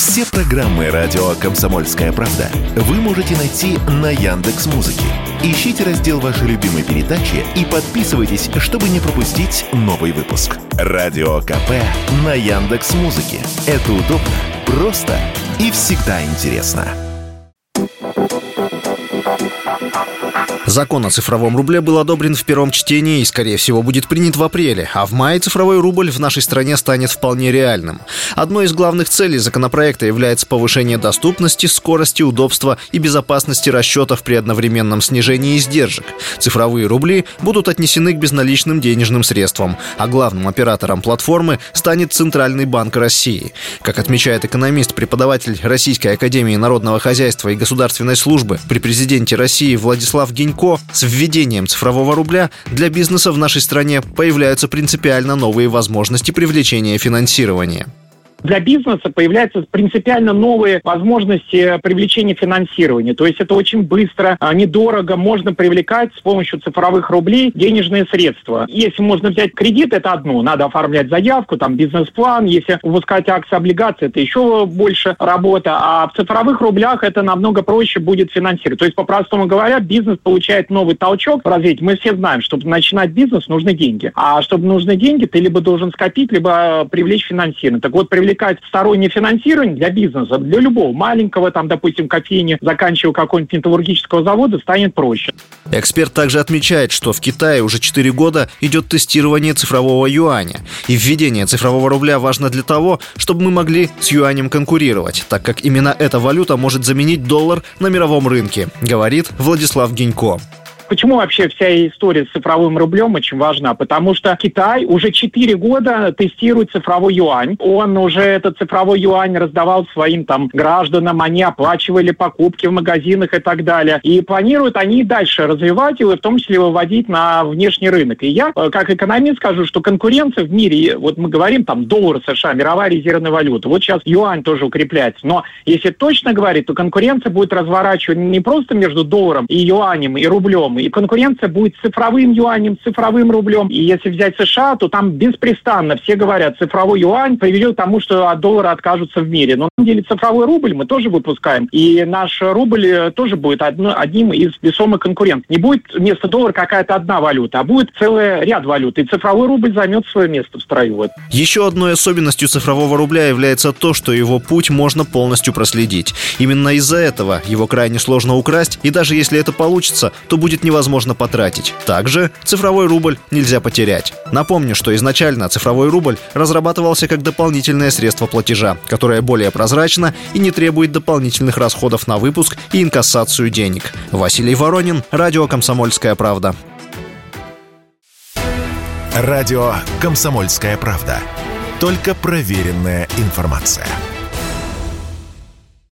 Все программы радио «Комсомольская правда» вы можете найти на Яндекс.Музыке. Ищите раздел вашей любимой передачи и подписывайтесь, чтобы не пропустить новый выпуск. Радио КП на Яндекс.Музыке. Это удобно, просто и всегда интересно. Закон о цифровом рубле был одобрен в первом чтении и, скорее всего, будет принят в апреле, а в мае цифровой рубль в нашей стране станет вполне реальным. Одной из главных целей законопроекта является повышение доступности, скорости, удобства и безопасности расчетов при одновременном снижении издержек. Цифровые рубли будут отнесены к безналичным денежным средствам, а главным оператором платформы станет Центральный банк России. Как отмечает экономист, преподаватель Российской академии народного хозяйства и государственной службы при президенте России Владислав Гинько, с введением цифрового рубля для бизнеса в нашей стране появляются принципиально новые возможности привлечения финансирования. Для бизнеса появляются принципиально новые возможности привлечения финансирования. То есть это очень быстро, недорого, можно привлекать с помощью цифровых рублей денежные средства. Если можно взять кредит, это одно, надо оформлять заявку, там бизнес-план. Если выпускать акции, облигации, это еще больше работа. А в цифровых рублях это намного проще будет финансировать. То есть, по-простому говоря, бизнес получает новый толчок в развитии. Мы все знаем, чтобы начинать бизнес, нужны деньги. А чтобы нужны деньги, ты либо должен скопить, либо привлечь финансирование. Так вот, привлекать стороннее финансирование для бизнеса, для любого маленького, там, допустим, кофейни, заканчивая какого-нибудь металлургического завода, станет проще. Эксперт также отмечает, что в Китае уже 4 года идет тестирование цифрового юаня. И введение цифрового рубля важно для того, чтобы мы могли с юанем конкурировать, так как именно эта валюта может заменить доллар на мировом рынке, говорит Владислав Гинько. Почему вообще вся история с цифровым рублем очень важна? Потому что Китай уже 4 года тестирует цифровой юань. Он уже этот цифровой юань раздавал своим там гражданам, они оплачивали покупки в магазинах и так далее. И планируют они дальше развивать его, в том числе выводить на внешний рынок. И я, как экономист, скажу, что конкуренция в мире, вот мы говорим там доллар США, мировая резервная валюта. Вот сейчас юань тоже укрепляется. Но если точно говорить, то конкуренция будет разворачиваться не просто между долларом и юанем, и рублем, и конкуренция будет с цифровым юанем, с цифровым рублем. И если взять США, то там беспрестанно все говорят, цифровой юань приведет к тому, что от доллара откажутся в мире. Но на самом деле цифровой рубль мы тоже выпускаем. И наш рубль тоже будет одним из весомых конкурентов. Не будет вместо доллара какая-то одна валюта, а будет целый ряд валют. И цифровой рубль займет свое место в строю. Еще одной особенностью цифрового рубля является то, что его путь можно полностью проследить. Именно из-за этого его крайне сложно украсть, и даже если это получится, то будет невозможно потратить. Также цифровой рубль нельзя потерять. Напомню, что изначально цифровой рубль разрабатывался как дополнительное средство платежа, которое более прозрачно и не требует дополнительных расходов на выпуск и инкассацию денег. Василий Воронин, радио «Комсомольская правда». Радио «Комсомольская правда». Только проверенная информация.